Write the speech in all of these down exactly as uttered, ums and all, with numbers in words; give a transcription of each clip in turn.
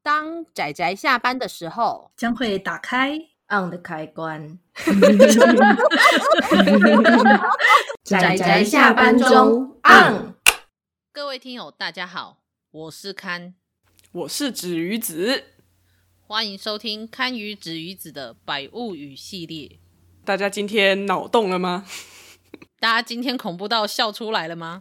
当宅宅下班的时候， 将会打开 on 的开关。 宅宅下班中 on。各位听友大家好，我是堪， 我是纸鱼子， 欢迎收听堪与纸鱼子的百物语系列。 大家今天脑洞了吗？ 大家今天恐怖到笑出来了吗？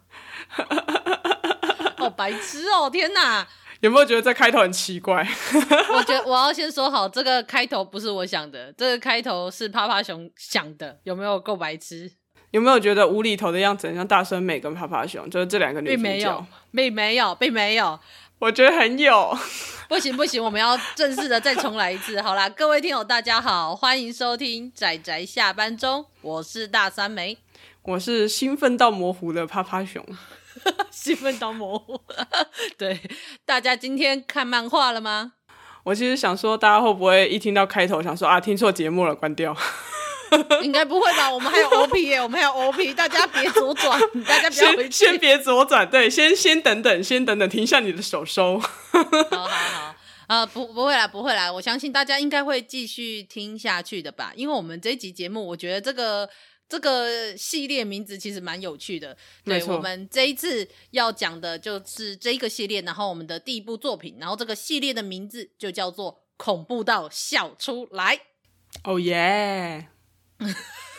好白痴哦，天哪！ 有没有觉得这开头很奇怪？ 我觉得我要先说好，这个开头不是我想的，这个开头是趴趴熊想的，有没有够白痴？ 有没有觉得无厘头的样子很像大酸梅跟趴趴熊，就是这两个女主角？ 并没有，并没有，并没有。 我觉得很有。 不行不行，我们要正式的再重来一次。好啦，各位听友大家好，欢迎收听宅宅下班中，我是大酸梅， 我是兴奋到模糊的趴趴熊。 兴奋到模糊。对，大家今天看漫画了吗？ 我其实想说，大家会不会一听到开头想说啊，听错节目了，关掉？ 应该不会吧？我们还有 O P 耶，我们还有 O P， 大家别左转，大家不要回去。 先先别左转，对，先先等等，先等等，停下你的手收。 好好好，呃，不不会啦，不会啦，我相信大家应该会继续听下去的吧？因为我们这一集节目，我觉得这个这个系列名字其实蛮有趣的。对，我们这一次要讲的就是这一个系列，然后我们的第一部作品，然后这个系列的名字就叫做恐怖到笑出来。 哦耶！干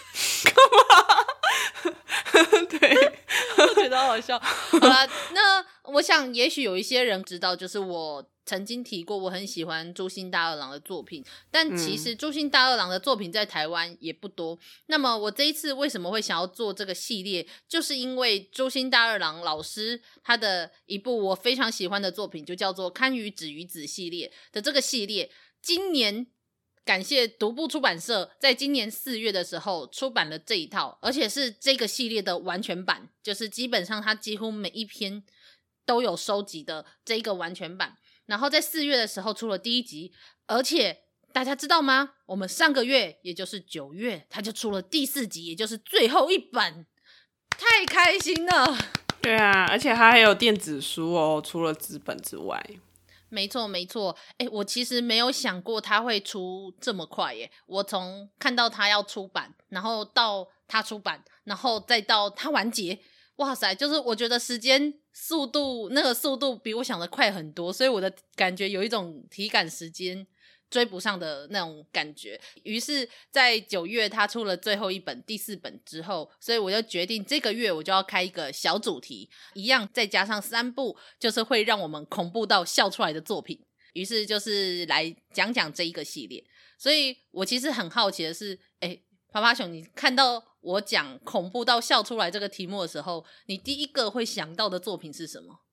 嘛？对， 我觉得好好笑。好啦，那我想也许有一些人知道，就是我曾经提过我很喜欢朱星大二郎的作品，但其实朱星大二郎的作品在台湾也不多、嗯、那么我这一次为什么会想要做这个系列，就是因为朱星大二郎老师他的一部我非常喜欢的作品，就叫做堪与纸鱼子系列的这个系列，今年感谢独步出版社在今年四月的时候出版了这一套，而且是这个系列的完全版，就是基本上它几乎每一篇都有收集的这个完全版，然后在四月的时候出了第一集，而且大家知道吗？我们上个月也就是九月它就出了第四集，也就是最后一本，太开心了。 对啊，而且它还有电子书哦，除了纸本之外。 没错没错，诶，我其实没有想过它会出这么快耶。我从看到它要出版，然后到它出版，然后再到它完结，哇塞，就是我觉得时间速度那个速度比我想的快很多，所以我的感觉有一种体感时间追不上的那种感觉。于是在九月他出了最后一本第四本之后，所以我就决定这个月我就要开一个小主题，一样再加上三部就是会让我们恐怖到笑出来的作品，于是就是来讲讲这一个系列。所以我其实很好奇的是，诶趴趴熊，你看到我讲恐怖到笑出来这个题目的时候，你第一个会想到的作品是什么？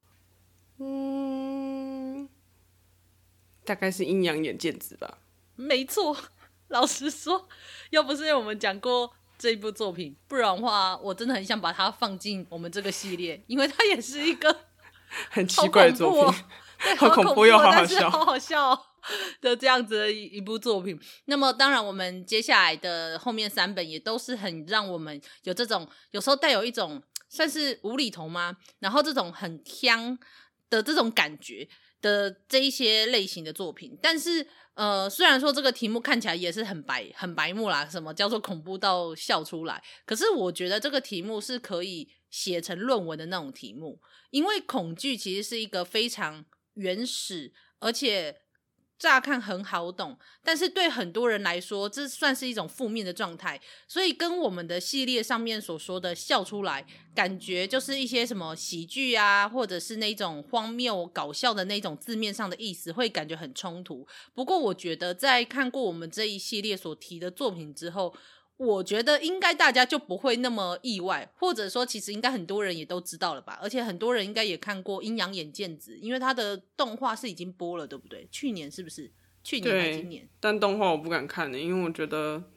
嗯，大概是阴阳眼见子吧。 没错，老实说，要不是因为我们讲过这一部作品，不然的话我真的很想把它放进我们这个系列，因为它也是一个很奇怪的作品， 哦、对， 好恐怖又好好笑， 好好笑的这样子的一部作品。那么当然我们接下来的后面三本也都是很让我们有这种有时候带有一种算是无厘头吗，然后这种很香的这种感觉的这一些类型的作品。但是呃，虽然说这个题目看起来也是很白很白目啦，什么叫做恐怖到笑出来，可是我觉得这个题目是可以写成论文的那种题目，因为恐惧其实是一个非常原始而且乍看很好懂，但是对很多人来说这算是一种负面的状态，所以跟我们的系列上面所说的笑出来感觉就是一些什么喜剧啊，或者是那种荒谬搞笑的那种字面上的意思，会感觉很冲突。不过我觉得在看过我们这一系列所提的作品之后，我觉得应该大家就不会那么意外，或者说其实应该很多人也都知道了吧，而且很多人应该也看过阴阳眼见子，因为它的动画是已经播了对不对？去年是不是？去年还是今年？ 但动画我不敢看的，因为我觉得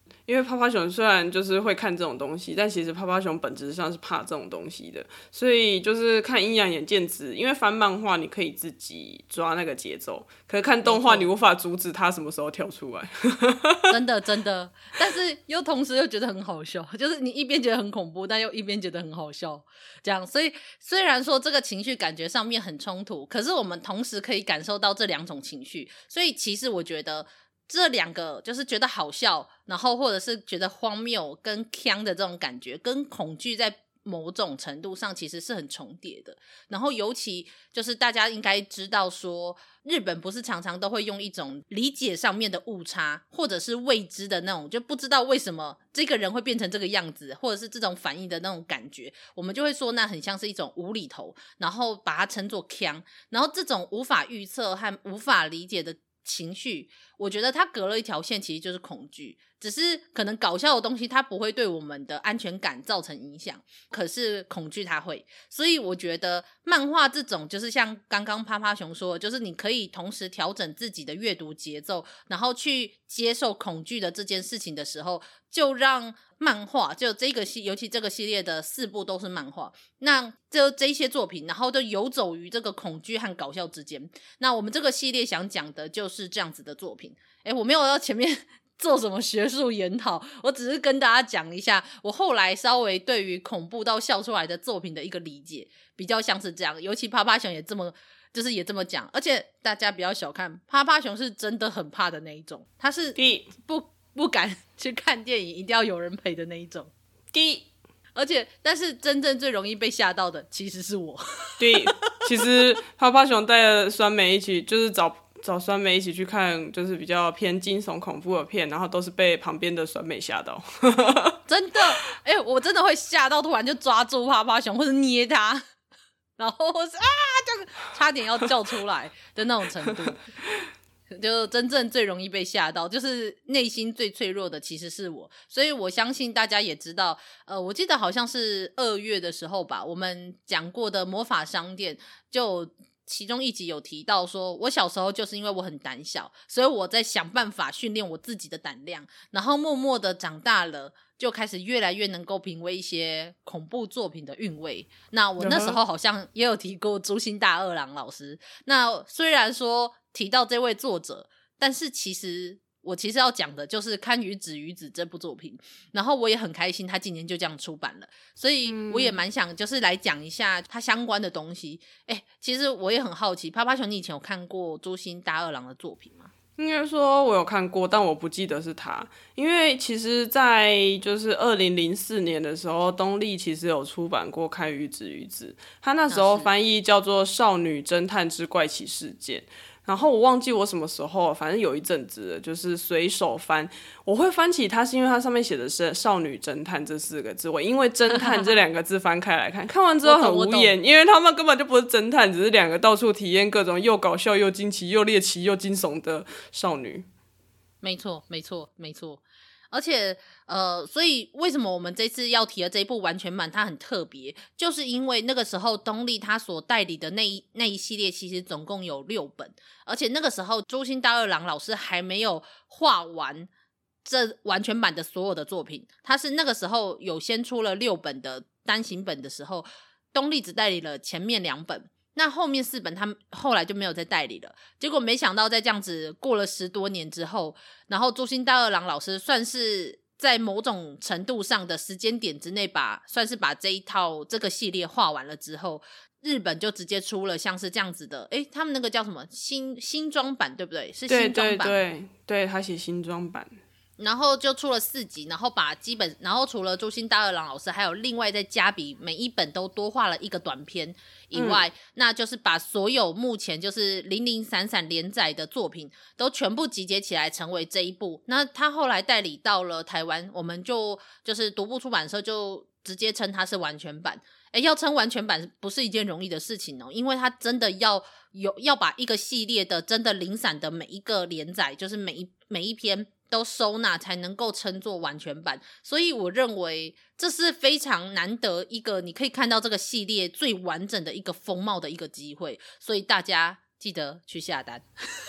因为趴趴熊虽然就是会看这种东西，但其实趴趴熊本质上是怕这种东西的，所以就是看阴阳眼见子，因为翻漫画你可以自己抓那个节奏，可是看动画你无法阻止它什么时候跳出来。 真的真的，但是又同时又觉得很好笑，就是你一边觉得很恐怖，但又一边觉得很好笑，这样。所以虽然说这个情绪感觉上面很冲突，可是我们同时可以感受到这两种情绪，所以其实我觉得这两个就是觉得好笑，然后或者是觉得荒谬跟呛的这种感觉，跟恐惧在某种程度上其实是很重叠的。然后尤其就是大家应该知道说，日本不是常常都会用一种理解上面的误差，或者是未知的那种，就不知道为什么这个人会变成这个样子，或者是这种反应的那种感觉，我们就会说那很像是一种无厘头，然后把它称作呛。然后这种无法预测和无法理解的情绪，我觉得它隔了一条线，其实就是恐惧。只是可能搞笑的东西它不会对我们的安全感造成影响，可是恐惧它会。所以我觉得漫画这种就是像刚刚趴趴熊说的，就是你可以同时调整自己的阅读节奏，然后去接受恐惧的这件事情的时候，就让漫画就这个系，尤其这个系列的四部都是漫画，那就这些作品然后就游走于这个恐惧和搞笑之间。那我们这个系列想讲的就是这样子的作品。诶，我没有要前面做什么学术研讨，我只是跟大家讲一下我后来稍微对于恐怖到笑出来的作品的一个理解，比较像是这样。尤其趴趴熊也这么就是也这么讲，而且大家不要小看趴趴熊是真的很怕的那一种，他是不不敢去看电影，一定要有人陪的那一种。 对， 而且但是真正最容易被吓到的其实是我。 对，其实趴趴熊带着酸梅一起就是找找酸梅一起去看就是比较偏惊悚恐怖的片，然后都是被旁边的酸梅吓到。 真的哎、欸，我真的会吓到突然就抓住趴趴熊或者捏它，然后或是啊这样差点要叫出来的那种程度。就真正最容易被吓到，就是内心最脆弱的其实是我。所以我相信大家也知道，呃，我记得好像是二月的时候吧，我们讲过的魔法商店就其中一集有提到说，我小时候就是因为我很胆小，所以我在想办法训练我自己的胆量，然后默默的长大了，就开始越来越能够品味一些恐怖作品的韵味。那我那时候好像也有提过朱星大二郎老师，那虽然说提到这位作者，但是其实我其实要讲的就是《堪舆子与子》这部作品，然后我也很开心他今年就这样出版了，所以我也蛮想就是来讲一下他相关的东西。诶，其实我也很好奇，趴趴熊你以前有看过朱星大二郎的作品吗？ 应该说我有看过，但我不记得是他，因为其实在就是二零零四年的时候，东立其实有出版过《堪舆子与子》，他那时候翻译叫做《少女侦探之怪奇事件》。然后我忘记我什么时候，反正有一阵子了，就是随手翻，我会翻起它是因为它上面写的是少女侦探这四个字，我因为侦探这两个字翻开来看，看完之后很无言，因为他们根本就不是侦探，只是两个到处体验各种又搞笑又惊奇又猎奇又惊悚的少女。 没错没错没错，而且呃，所以为什么我们这次要提的这一部完全版它很特别，就是因为那个时候东立他所代理的那一那一系列其实总共有六本，而且那个时候朱星大二郎老师还没有画完这完全版的所有的作品，他是那个时候有先出了六本的单行本的时候，东立只代理了前面两本，那后面四本他后来就没有再代理了。结果没想到在这样子过了十多年之后，然后朱星大二郎老师算是在某种程度上的时间点之内把算是把这一套这个系列画完了之后，日本就直接出了像是这样子的，诶他们那个叫什么新新装版对不对？是新装版， 对对对对，他写新装版， 然后就出了四集，然后把基本，然后除了朱星大二郎老师还有另外再加比每一本都多画了一个短篇以外、嗯、那就是把所有目前就是零零散散连载的作品都全部集结起来成为这一部。那他后来代理到了台湾，我们就就是独步出版社就直接称它是完全版。诶要称完全版不是一件容易的事情哦，因为它真的要有要把一个系列的真的零散的每一个连载，就是每一每一篇都收纳才能够称作完全版，所以我认为这是非常难得一个你可以看到这个系列最完整的一个风貌的一个机会，所以大家记得去下单。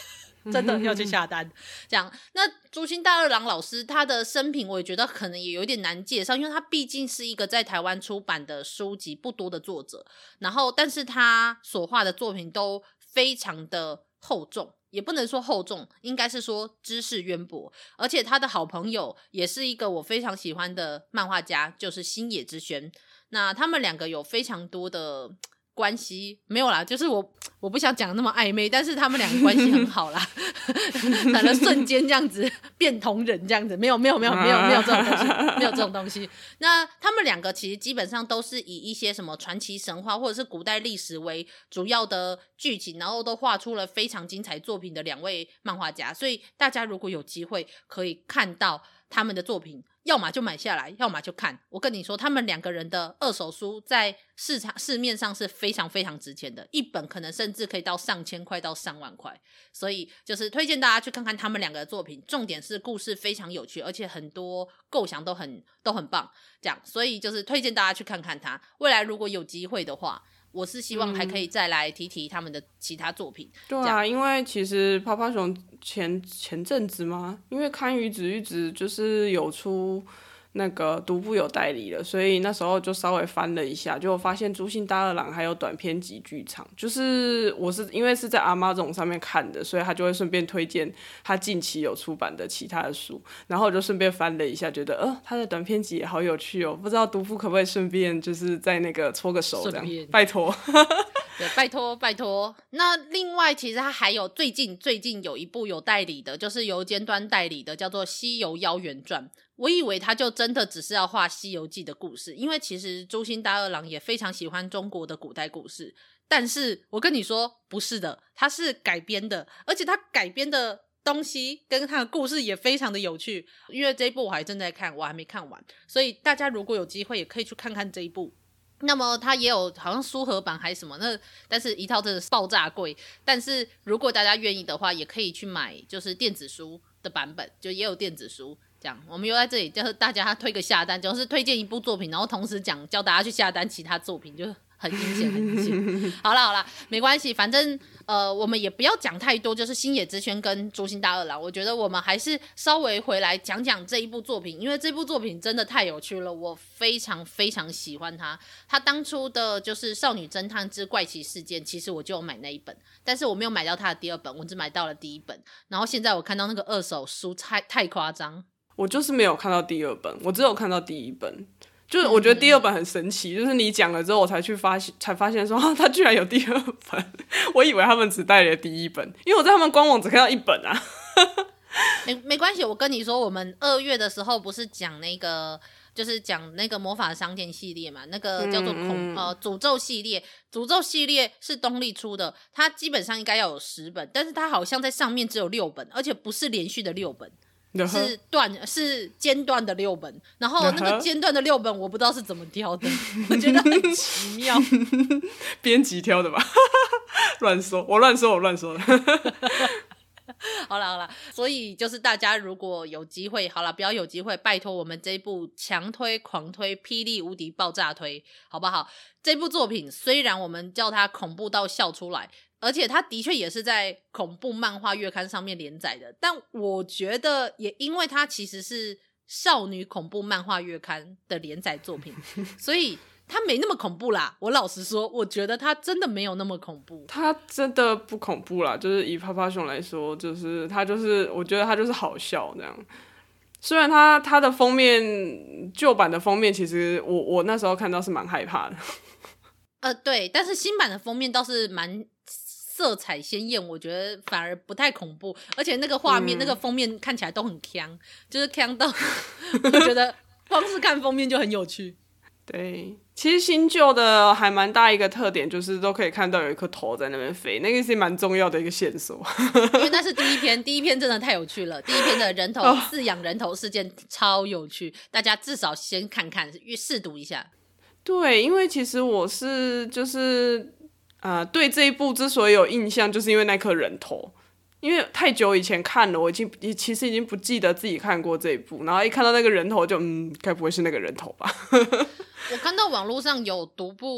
真的要去下单。这样，那竹心大二郎老师他的生平，我也觉得可能也有点难介绍，因为他毕竟是一个在台湾出版的书籍不多的作者，然后但是他所画的作品都非常的厚重。也不能说厚重，应该是说知识渊博，而且他的好朋友也是一个我非常喜欢的漫画家，就是星野之轩。那他们两个有非常多的关系，没有啦，就是我我不想讲那么暧昧，但是他们两个关系很好啦，可能瞬间这样子变同人这样子，没有没有没有没有没有这种东西，没有这种东西。那他们两个其实基本上都是以一些什么传奇神话或者是古代历史为主要的剧情，然后都画出了非常精彩作品的两位漫画家，所以大家如果有机会可以看到他们的作品，要么就买下来，要么就看。我跟你说，他们两个人的二手书在市场市面上是非常非常值钱的，一本可能甚至可以到上千块到上万块，所以就是推荐大家去看看他们两个的作品。重点是故事非常有趣，而且很多构想都很都很棒，这样，所以就是推荐大家去看看他。未来如果有机会的话，我是希望还可以再来提提他们的其他作品。 嗯、对啊，因为其实趴趴熊前前阵子嘛，因为堪舆子玉子就是有出那个独步有代理了，所以那时候就稍微翻了一下，就发现竹心大二郎还有短篇集剧场，就是我是因为是在 Amazon 上面看的，所以他就会顺便推荐他近期有出版的其他的书，然后我就顺便翻了一下，觉得呃他的短篇集也好有趣哦，不知道独步可不可以顺便就是在那个搓个手这样，拜托。 对，拜托拜托。那另外其实他还有最近最近有一部有代理的，就是由尖端代理的，叫做《西游妖原传》。我以为他就真的只是要画《西游记》的故事，因为其实竹心大二郎也非常喜欢中国的古代故事，但是我跟你说不是的，他是改编的，而且他改编的东西跟他的故事也非常的有趣。因为这一部我还正在看，我还没看完，所以大家如果有机会也可以去看看这一部。那么它也有好像书盒版还是什么，那但是一套真的是爆炸贵，但是如果大家愿意的话也可以去买就是电子书的版本，就也有电子书。这样我们又在这里就是大家推个下单，就是推荐一部作品，然后同时讲教大家去下单其他作品，就很阴险很阴险。好啦好啦，没关系，反正呃我们也不要讲太多，就是星野之轩跟竹心大二郎，我觉得我们还是稍微回来讲讲这一部作品，因为这部作品真的太有趣了，我非常非常喜欢它。它当初的就是少女侦探之怪奇事件，其实我就有买那一本，但是我没有买到它的第二本，我只买到了第一本，然后现在我看到那个二手书太太夸张。 我就是没有看到第二本，我只有看到第一本，就是我觉得第二本很神奇，就是你讲了之后我才去发现，才发现说啊，他居然有第二本，我以为他们只带了第一本，因为我在他们官网只看到一本啊。 没没关系，我跟你说，我们二月的时候不是讲那个，就是讲那个魔法商店系列嘛，那个叫做恐、嗯、呃诅咒系列，诅咒系列是东立出的，它基本上应该要有十本，但是它好像在上面只有六本，而且不是连续的六本。是断是间断的六本，然后那个间断的六本我不知道是怎么挑的，我觉得很奇妙。 编辑挑的吧？乱说，我乱说，我乱说的。 好啦好啦，所以就是大家如果有机会，好啦，不要有机会，拜托我们这一部强推狂推霹雳无敌爆炸推，好不好？这部作品虽然我们叫它恐怖到笑出来，而且它的确也是在恐怖漫画月刊上面连载的，但我觉得也因为它其实是少女恐怖漫画月刊的连载作品，所以它没那么恐怖啦。我老实说，我觉得它真的没有那么恐怖。 它真的不恐怖啦，就是以趴趴熊来说，就是它就是我觉得它就是好笑这样。虽然它它的封面旧版的封面，其实我我那时候看到是蛮害怕的。 呃，对，但是新版的封面倒是蛮色彩鲜艳，我觉得反而不太恐怖，而且那个画面、嗯、那个封面看起来都很呛，就是呛到我觉得光是看封面就很有趣。 对，其实新旧的还蛮大一个特点，就是都可以看到有一颗头在那边飞，那个是蛮重要的一个线索。 因为那是第一篇，第一篇真的太有趣了，第一篇的人头饲养人头事件超有趣，大家至少先看看，试读一下。 对，因为其实我是就是呃，对这一部之所以有印象，就是因为那颗人头。因为太久以前看了，我已经其实已经不记得自己看过这一部，然后一看到那个人头就嗯，该不会是那个人头吧？ 我看到网络上有独步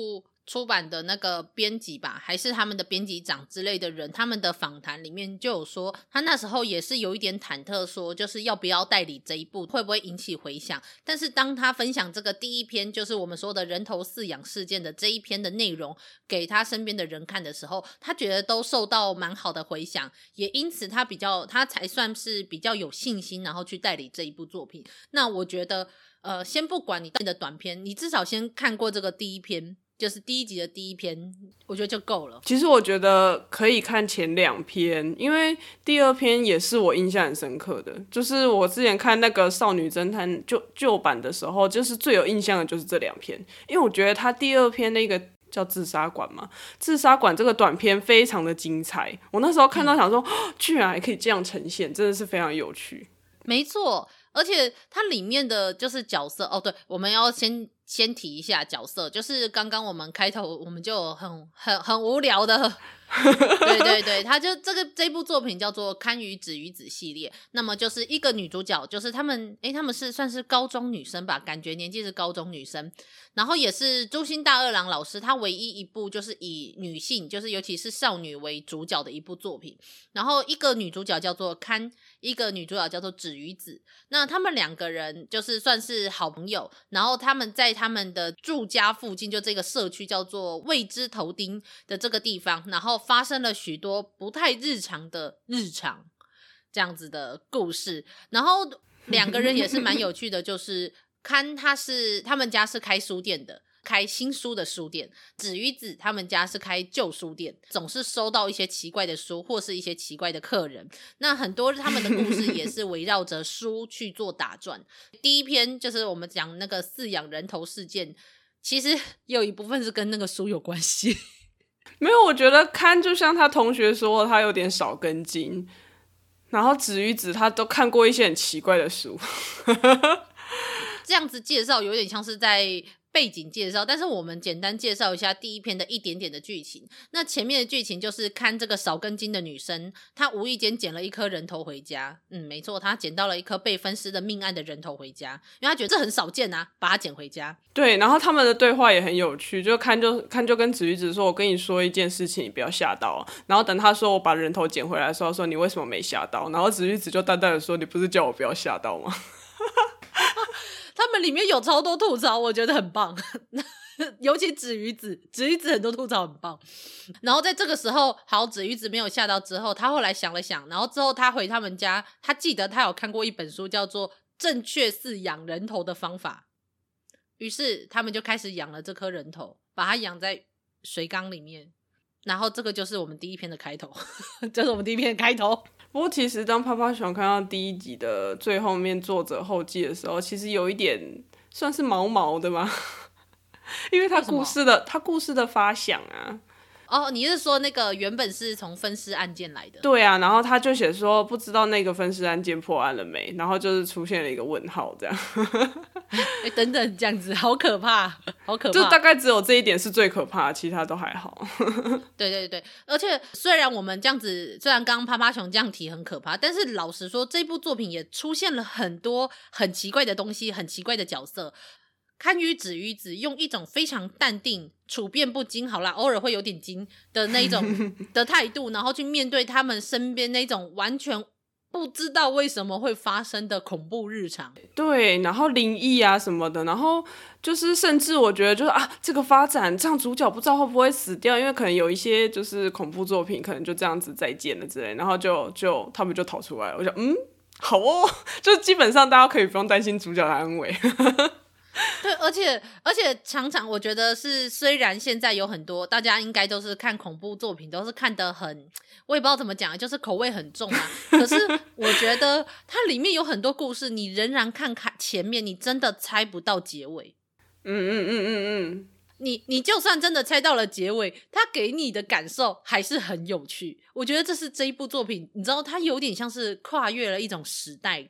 出版的那个编辑吧，还是他们的编辑长之类的人，他们的访谈里面就有说，他那时候也是有一点忐忑，说就是要不要代理这一部，会不会引起回响。但是当他分享这个第一篇，就是我们说的人头饲养事件的这一篇的内容给他身边的人看的时候，他觉得都受到蛮好的回响，也因此他比较他才算是比较有信心，然后去代理这一部作品。那我觉得呃，先不管你的短篇，你至少先看过这个第一篇，就是第一集的第一篇，我觉得就够了。 其实我觉得可以看前两篇，因为第二篇也是我印象很深刻的，就是我之前看那个少女侦探旧旧版的时候，就是最有印象的就是这两篇，因为我觉得他第二篇那个叫自杀馆嘛，自杀馆这个短片非常的精彩，我那时候看到想说、嗯哦、居然还可以这样呈现，真的是非常有趣。 没错，而且它里面的就是角色哦，对，我们要先先提一下角色，就是刚刚我们开头我们就有很很很无聊的对对对，他就这个这部作品叫做堪舆子与子系列，那么就是一个女主角，就是他们诶他们是算是高中女生吧，感觉年纪是高中女生，然后也是朱星大二郎老师他唯一一部就是以女性，就是尤其是少女为主角的一部作品，然后一个女主角叫做堪，一个女主角叫做子与子，那他们两个人就是算是好朋友，然后他们在他们的住家附近，就这个社区叫做未知头町的这个地方，然后发生了许多不太日常的日常这样子的故事，然后两个人也是蛮有趣的，就是堪他是他们家是开书店的，开新书的书店，子与子他们家是开旧书店，总是收到一些奇怪的书或是一些奇怪的客人，那很多他们的故事也是围绕着书去做打转第一篇就是我们讲那个饲养人头事件，其实有一部分是跟那个书有关系没有，我觉得堪就像他同学说他有点少根筋，然后子与子他都看过一些很奇怪的书这样子介绍有点像是在背景介绍，但是我们简单介绍一下第一篇的一点点的剧情。那前面的剧情就是看这个少根筋的女生，她无意间捡了一颗人头回家，嗯，没错，她捡到了一颗被分尸的命案的人头回家，因为她觉得这很少见啊，把它捡回家。 对，然后他们的对话也很有趣，就看就看就跟子与子说，我跟你说一件事情，你不要吓到，然后等他说我把人头捡回来的时候，说你为什么没吓到，然后子与子就淡淡的说，你不是叫我不要吓到吗他们里面有超多吐槽，我觉得很棒尤其子与子，子与子很多吐槽很棒。然后在这个时候，好，子与子没有吓到之后，他后来想了想，然后之后他回他们家，他记得他有看过一本书叫做《正确饲养人头的方法》，于是他们就开始养了这颗人头，把它养在水缸里面，然后这个就是我们第一篇的开头这是我们第一篇的开头。 不过其实当趴趴熊看到第一集的最后面作者后记的时候，其实有一点算是毛毛的嘛因为他故事的他故事的发想啊。 哦，你是说那个原本是从分尸案件来的？ 对啊，然后他就写说不知道那个分尸案件破案了没，然后就是出现了一个问号这样欸、等等这样子好可怕好可怕， 就大概只有这一点是最可怕的，其他都还好对对对，而且虽然我们这样子，虽然刚刚趴趴熊这样提很可怕，但是老实说这部作品也出现了很多很奇怪的东西，很奇怪的角色。堪舆子与子用一种非常淡定处变不惊，好啦偶尔会有点惊的那种的态度然后去面对他们身边那种完全不知道为什么会发生的恐怖日常。 对，然后灵异啊什么的，然后就是甚至我觉得就是啊，这个发展这样主角不知道会不会死掉，因为可能有一些就是恐怖作品可能就这样子再见了之类，然后就就他们就逃出来了，我就嗯好哦，就基本上大家可以不用担心主角的安危对，而且而且常常我觉得是，虽然现在有很多大家应该都是看恐怖作品都是看得很，我也不知道怎么讲，就是口味很重啊可是我觉得它里面有很多故事，你仍然看看前面，你真的猜不到结尾。 嗯嗯嗯嗯嗯， 你你就算真的猜到了结尾，它给你的感受还是很有趣。我觉得这是这一部作品，你知道它有点像是跨越了一种时代感，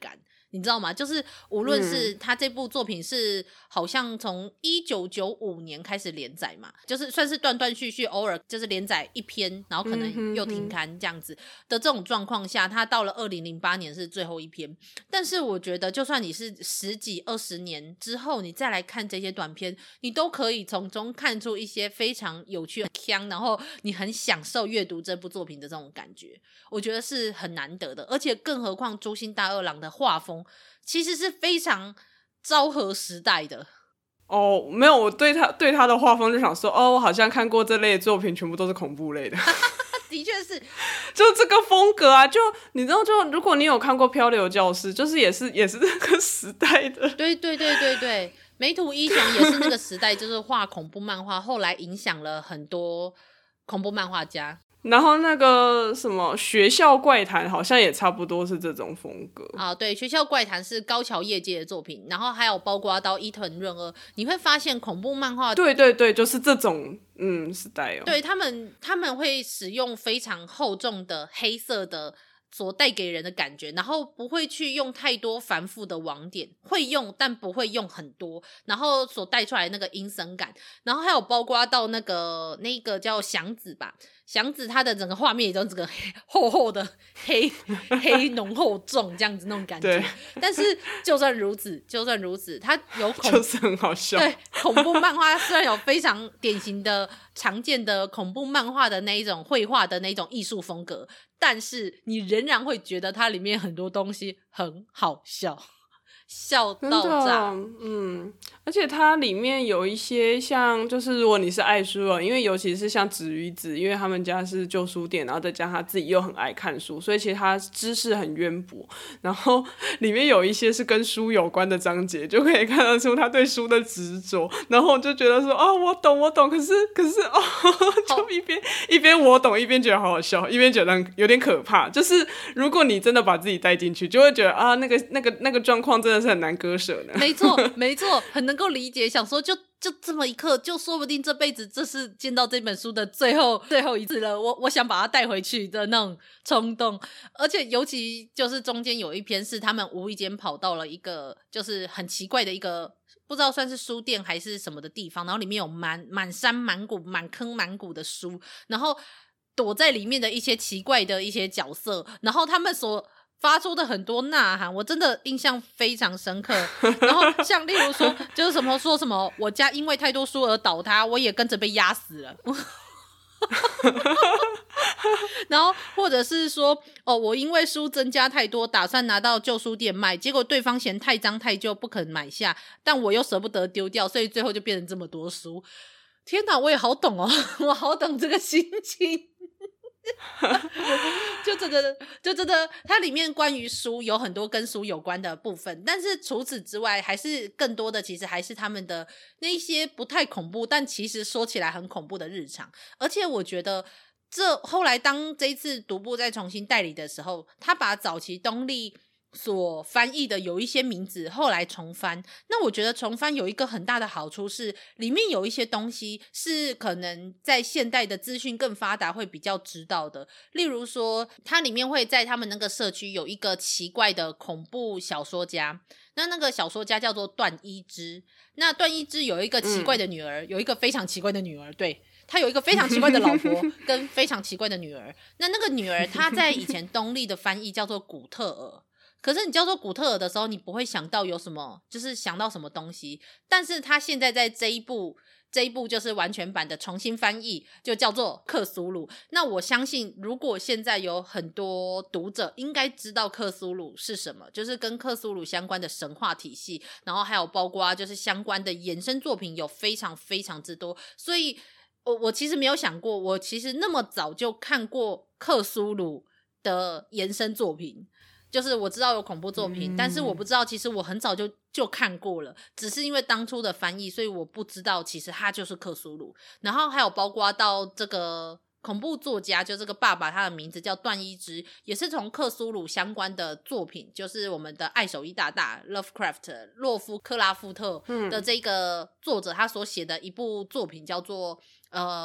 你知道吗？就是无论是他这部作品是好像从一九九五年开始连载嘛，就是算是断断续续，偶尔就是连载一篇，然后可能又停刊这样子的这种状况下，他到了二零零八年是最后一篇。但是我觉得就算你是十几二十年之后你再来看这些短片，你都可以从中看出一些非常有趣的腔，然后你很享受阅读这部作品的这种感觉，我觉得是很难得的。而且更何况朱星大二郎的画风其实是非常昭和时代的。 哦，没有，我对他对他的画风就想说，哦，我好像看过这类的作品，全部都是恐怖类的。 的确是， 就这个风格啊，就你知道，就如果你有看过《漂流教室》，就是也是也是那个时代的。 对对对对对，梅土一雄也是那个时代，就是画恐怖漫画，后来影响了很多恐怖漫画家。 然后那个什么学校怪谈好像也差不多是这种风格啊，对，学校怪谈是高桥业界的作品，然后还有包括到伊藤润二，你会发现恐怖漫画， 对对对，就是这种嗯时代哦， 对他们他们会使用非常厚重的黑色的所带给人的感觉，然后不会去用太多繁复的网点，会用但不会用很多，然后所带出来的那个阴森感，然后还有包括到那个那个叫祥子吧，祥子他的整个画面也都这个厚厚的黑黑浓厚重这样子那种感觉，但是就算如此就算如此他有恐就是很好笑， 对，恐怖漫画虽然有非常典型的常见的恐怖漫画的那一种绘画的那种艺术风格，但是你仍然会觉得它里面很多东西很好笑，笑到炸。 嗯，而且它里面有一些像，就是如果你是爱书人，因为尤其是像子鱼子，因为他们家是旧书店，然后再加上他自己又很爱看书，所以其实他知识很渊博。然后里面有一些是跟书有关的章节，就可以看得出他对书的执着。然后我就觉得说，哦，我懂，我懂。可是，可是，哦，就一边一边我懂，一边觉得好好笑，一边觉得有点可怕。就是如果你真的把自己带进去，就会觉得啊，那个那个那个状况真的是很难割舍的。 没错，没错，很能够理解。想说就就这么一刻，就说不定这辈子这是见到这本书的最后最后一次了。我我想把它带回去的那种冲动，而且尤其就是中间有一篇是他们无意间跑到了一个就是很奇怪的一个。不知道算是书店还是什么的地方，然后里面有满满山满谷满坑满谷的书，然后躲在里面的一些奇怪的一些角色，然后他们所发出的很多呐喊，我真的印象非常深刻。然后像例如说，就是什么说什么我家因为太多书而倒塌，我也跟着被压死了。然后或者是说哦，我因为书增加太多，打算拿到旧书店卖，结果对方嫌太脏太旧不肯买下，但我又舍不得丢掉，所以最后就变成这么多书。天哪，我也好懂哦，我好懂这个心情。就真的就真的它里面关于书有很多跟书有关的部分，但是除此之外还是更多的其实还是他们的那些不太恐怖但其实说起来很恐怖的日常。而且我觉得这后来当这一次独步再重新代理的时候，他把早期东立所翻译的有一些名字后来重翻，那我觉得重翻有一个很大的好处是里面有一些东西是可能在现代的资讯更发达会比较知道的，例如说它里面会在他们那个社区有一个奇怪的恐怖小说家，那那个小说家叫做段一之，那段一之有一个奇怪的女儿、嗯、有一个非常奇怪的女儿，对，他有一个非常奇怪的老婆跟非常奇怪的女儿，那那个女儿她在以前东立的翻译叫做古特尔，可是你叫做古特尔的时候你不会想到有什么，就是想到什么东西，但是他现在在这一部这一部就是完全版的重新翻译就叫做克苏鲁。那我相信如果现在有很多读者应该知道克苏鲁是什么，就是跟克苏鲁相关的神话体系，然后还有包括就是相关的衍生作品有非常非常之多，所以我我其实没有想过我其实那么早就看过克苏鲁的延伸作品，就是我知道有恐怖作品、嗯、但是我不知道其实我很早就就看过了，只是因为当初的翻译所以我不知道其实他就是克苏鲁。然后还有包括到这个恐怖作家，就这个爸爸他的名字叫段一之，也是从克苏鲁相关的作品，就是我们的爱手一大大 Lovecraft 洛夫克拉夫特的这个作者他所写的一部作品叫做呃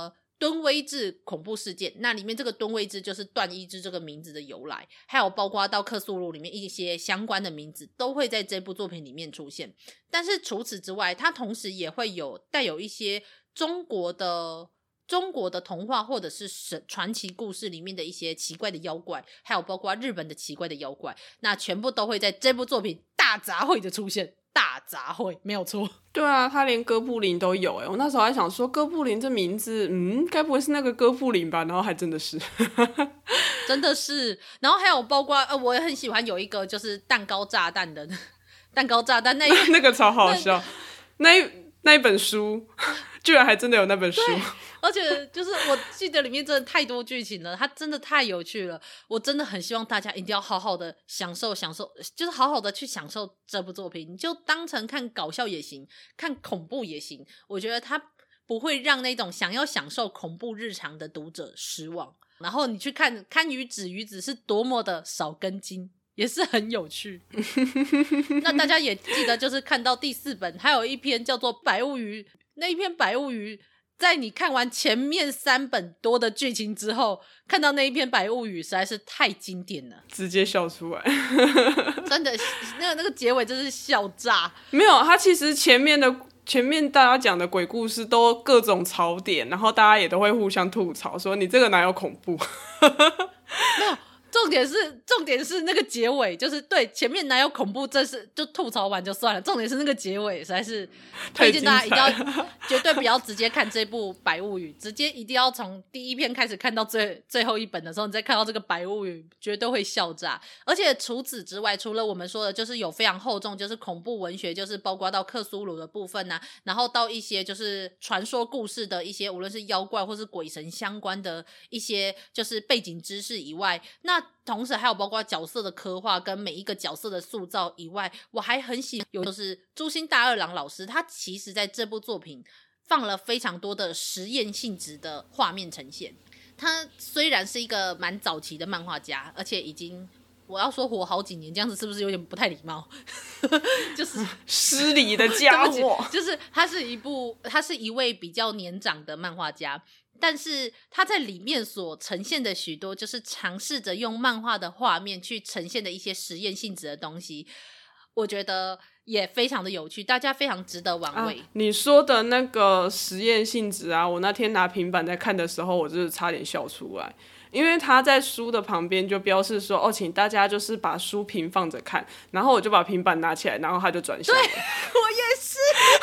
敦威治恐怖事件，那里面这个敦威治就是段一之这个名字的由来，还有包括到克苏鲁里面一些相关的名字都会在这部作品里面出现。但是除此之外，它同时也会有带有一些中国的中国的童话或者是神传奇故事里面的一些奇怪的妖怪，还有包括日本的奇怪的妖怪，那全部都会在这部作品大杂烩的出现。大杂烩没有错。 对啊，他连哥布林都有耶，我那时候还想说哥布林这名字嗯，该不会是那个哥布林吧，然后还真的是真的是。然后还有包括呃，我也很喜欢有一个就是蛋糕炸弹的蛋糕炸弹那一个那个超好笑，那一那一本书居然还真的有那本书， 而且就是我记得里面真的太多剧情了，它真的太有趣了，我真的很希望大家一定要好好的享受享受，就是好好的去享受这部作品，你就当成看搞笑也行，看恐怖也行，我觉得它不会让那种想要享受恐怖日常的读者失望。然后你去看看鱼子鱼子是多么的少根筋，也是很有趣那大家也记得就是看到第四本还有一篇叫做白物语，那一篇白物语在你看完前面三本多的剧情之后，看到那一篇白物语实在是太经典了， 直接笑出来真的那个那个结尾真是笑炸。 没有，他其实前面的前面大家讲的鬼故事都各种槽点，然后大家也都会互相吐槽说你这个哪有恐怖没有，重点是重点是那个结尾，就是对前面哪有恐怖，这是就吐槽完就算了，重点是那个结尾实在是推荐大家一定要绝对不要直接看这部白物语，直接一定要从第一篇开始看到最最后一本的时候，你再看到这个白物语绝对会笑炸。而且除此之外，除了我们说的就是有非常厚重就是恐怖文学，就是包括到克苏鲁的部分啊，然后到一些就是传说故事的一些无论是妖怪或是鬼神相关的一些就是背景知识以外，那同时还有包括角色的刻画跟每一个角色的塑造以外，我还很喜欢有就是朱星大二郎老师，他其实在这部作品放了非常多的实验性质的画面呈现。他虽然是一个蛮早期的漫画家，而且已经我要说活好几年，这样子是不是有点不太礼貌就是失礼的家伙就是他是一部他是一位比较年长的漫画家，但是他在里面所呈现的许多就是尝试着用漫画的画面去呈现的一些实验性质的东西，我觉得也非常的有趣，大家非常值得玩味、 啊、你说的那个实验性质啊，我那天拿平板在看的时候我就是差点笑出来，因为他在书的旁边就标示说哦，请大家就是把书平放着看，然后我就把平板拿起来，然后他就转向了。 对，我也是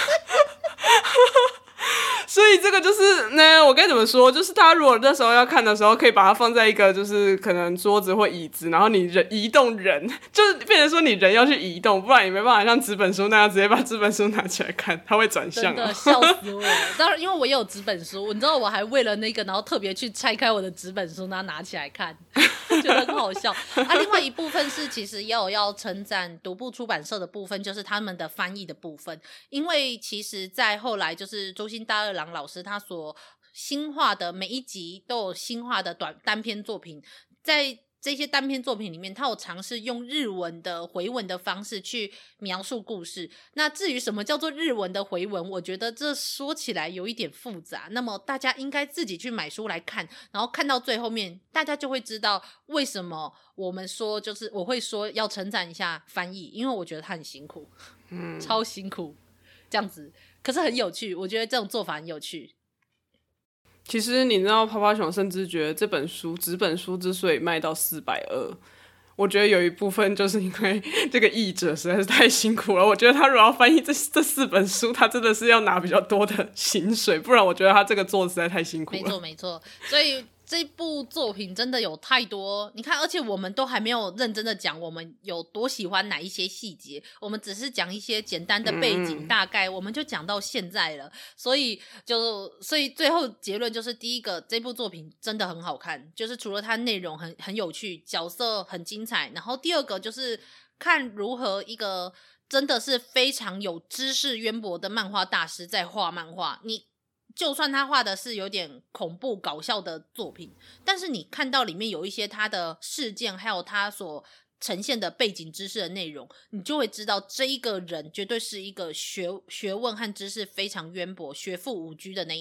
所以这个就是呢，我该怎么说，就是他如果那时候要看的时候可以把它放在一个就是可能桌子或椅子，然后你人移动人，就是变成说你人要去移动，不然你没办法像纸本书那样直接把纸本书拿起来看，它会转向、啊、 真的笑死我当然因为我也有纸本书，你知道我还为了那个然后特别去拆开我的纸本书然后拿起来看觉得很好笑啊。另外一部分是其实也有要称赞独步出版社的部分，就是他们的翻译的部分，因为其实在后来就是周星大二郎老师他所新画的每一集都有新画的短单篇作品，在这些单篇作品里面他有尝试用日文的回文的方式去描述故事。那至于什么叫做日文的回文，我觉得这说起来有一点复杂，那么大家应该自己去买书来看，然后看到最后面大家就会知道为什么我们说就是我会说要称赞一下翻译，因为我觉得他很辛苦，嗯，超辛苦这样子，可是很有趣，我觉得这种做法很有趣。 其实你知道泡泡熊甚至觉得这本书纸本书之所以卖到四百二十，我觉得有一部分就是因为这个译者实在是太辛苦了，我觉得他如果要翻译这这四本书他真的是要拿比较多的薪水，不然我觉得他这个做实在太辛苦了。 没错没错，所以这部作品真的有太多，你看而且我们都还没有认真的讲我们有多喜欢哪一些细节，我们只是讲一些简单的背景、嗯、大概我们就讲到现在了，所以就所以最后结论就是第一个这部作品真的很好看，就是除了它内容很很有趣，角色很精彩，然后第二个就是看如何一个真的是非常有知识渊博的漫画大师在画漫画，你就算他画的是有点恐怖搞笑的作品，但是你看到里面有一些他的事件还有他所呈现的背景知识的内容，你就会知道这一个人绝对是一个学学问和知识非常渊博学富五车的那一种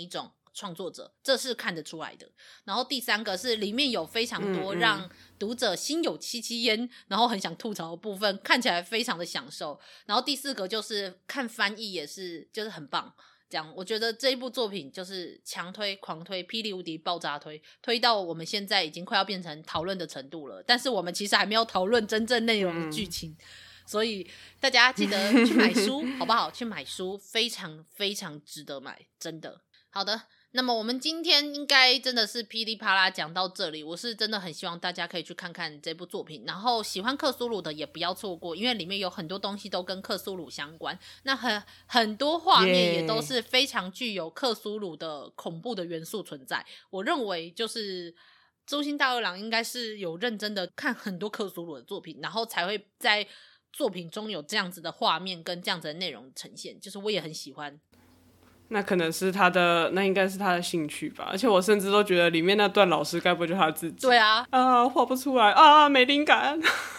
创作者，这是看得出来的。然后第三个是里面有非常多让读者心有戚戚焉，然后很想吐槽的部分，看起来非常的享受。然后第四个就是看翻译也是就是很棒，这样我觉得这一部作品就是强推狂推霹雳无敌爆炸推，推到我们现在已经快要变成讨论的程度了，但是我们其实还没有讨论真正内容的剧情、嗯、所以大家记得去买书好不好？去买书非常非常值得买，真的。好的，那么我们今天应该真的是噼里啪啦讲到这里，我是真的很希望大家可以去看看这部作品，然后喜欢克苏鲁的也不要错过，因为里面有很多东西都跟克苏鲁相关，那很很多画面也都是非常具有克苏鲁的恐怖的元素存在。我认为就是周星大二郎应该是有认真的看很多克苏鲁的作品，然后才会在作品中有这样子的画面跟这样子的内容呈现，就是我也很喜欢。 那可能是他的，那应该是他的兴趣吧。而且我甚至都觉得里面那段老师该不会就是他自己？ 对啊， 啊，画不出来啊，没灵感。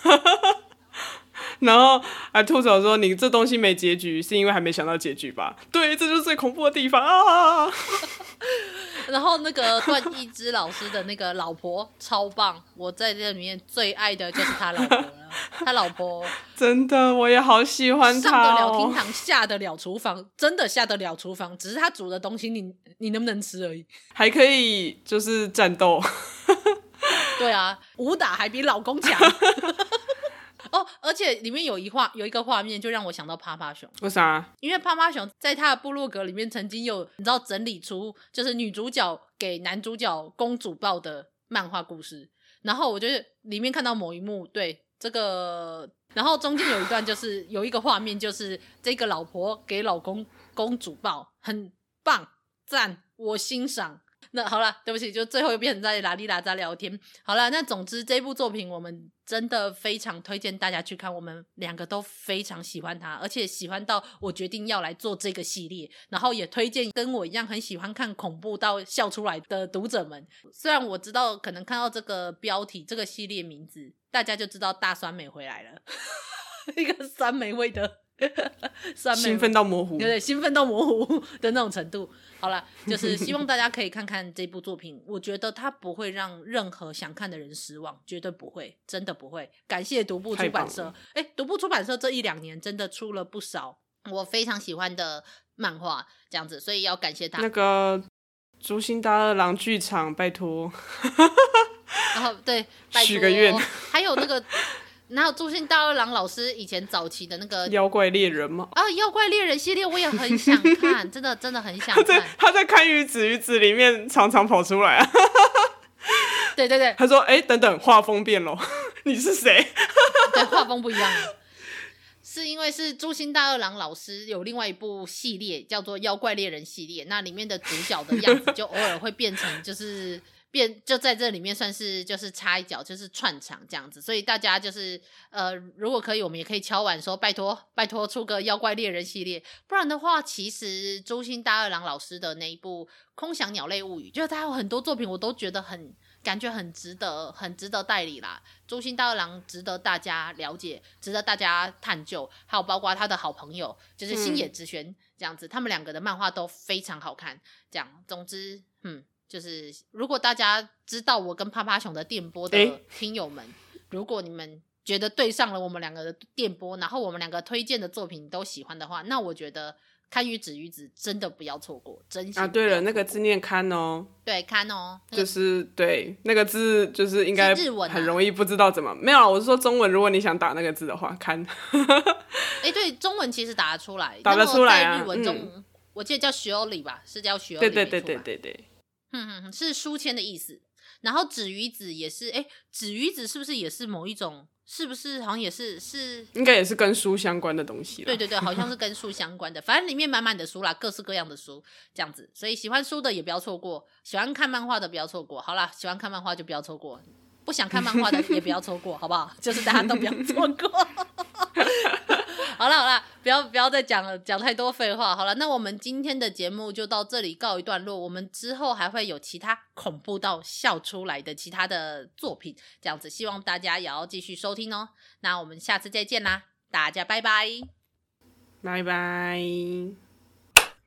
然后还吐槽说你这东西没结局，是因为还没想到结局吧？对，这就是最恐怖的地方啊！ 然后那个段义之老师的那个老婆超棒，我在这里面最爱的就是他老婆了。他老婆真的我也好喜欢他、哦、 上得了厅堂下得了厨房，真的下得了厨房，只是他煮的东西你你能不能吃而已， 还可以就是战斗。 对啊，武打还比老公强。哦，而且里面有一画有一个画面就让我想到趴趴熊。 为啥？因为趴趴熊在他的部落格里面曾经有你知道整理出就是女主角给男主角公主抱的漫画故事，然后我觉得里面看到某一幕，对这个，然后中间有一段就是有一个画面，就是这个老婆给老公公主抱，很棒赞，我欣赏。那好了，对不起，就最后又变成在拉里拉扎聊天。好了，那总之这部作品我们真的非常推荐大家去看，我们两个都非常喜欢它，而且喜欢到我决定要来做这个系列，然后也推荐跟我一样很喜欢看恐怖到笑出来的读者们。虽然我知道可能看到这个标题这个系列名字大家就知道大酸梅回来了。一个酸梅味的酸梅， 兴奋到模糊， 对对，兴奋到模糊的那种程度。好啦，就是希望大家可以看看这部作品，我觉得它不会让任何想看的人失望，绝对不会，真的不会。感谢独步出版社，哎，独步出版社这一两年真的出了不少我非常喜欢的漫画，这样子，所以要感谢他。 那个竹心大二郎剧场，拜托。 然后对，拜托许个愿。 还有那个。然后竹心大二郎老师以前早期的那个妖怪猎人吗？ 啊，妖怪猎人系列我也很想看，真的真的很想看。 他在他在看鱼子鱼子里面常常跑出来啊。 对对对， 他说：“哎、欸，等等，画风变了，你是谁？” 对，画风不一样了。是因为是竹心大二郎老师有另外一部系列叫做妖怪猎人系列，那里面的主角的样子就偶尔会变成就是变，就在这里面算是就是插一脚，就是串场这样子，所以大家就是呃，如果可以我们也可以敲碗说拜托拜托出个妖怪猎人系列，不然的话其实竹心大二郎老师的那一部空想鸟类物语，就是他有很多作品我都觉得很感觉很值得很值得代理啦，竹心大二郎值得大家了解，值得大家探究，还有包括他的好朋友就是星野之轩、嗯、这样子，他们两个的漫画都非常好看，这样总之嗯就是如果大家知道我跟趴趴熊的电波的听友们、欸、如果你们觉得对上了我们两个的电波，然后我们两个推荐的作品都喜欢的话，那我觉得看鱼子鱼子真的不要错过，真心啊！ 对了，那个字念看哦， 对，看哦， 就是对那个字就是应该日文、啊、 很容易不知道怎么没有啦，我是说中文，如果你想打那个字的话，看。 哎、欸，对，中文其实打得出来， 打得出来啊！ 在日文中、嗯，我记得叫雪欧里吧，是叫雪欧里， 对对对对对对。 嗯嗯，是书签的意思。然后纸鱼子也是，哎，纸鱼子是不是也是某一种？是不是好像也是是？ 应该也是跟书相关的东西啦。 对对对，好像是跟书相关的。反正里面满满的书啦，各式各样的书，这样子。所以喜欢书的也不要错过，喜欢看漫画的不要错过。好啦，喜欢看漫画就不要错过，不想看漫画的也不要错过，好不好？就是大家都不要错过。好了好了，不要不要再讲了，讲太多废话。好了，那我们今天的节目就到这里告一段落。我们之后还会有其他恐怖到笑出来的其他的作品，这样子，希望大家也要继续收听哦。那我们下次再见啦，大家拜拜， 拜拜。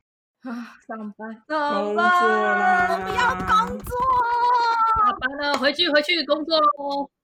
啊，上班， 工作上班， 啦， 不要工作， 下班了，回去回去工作喽。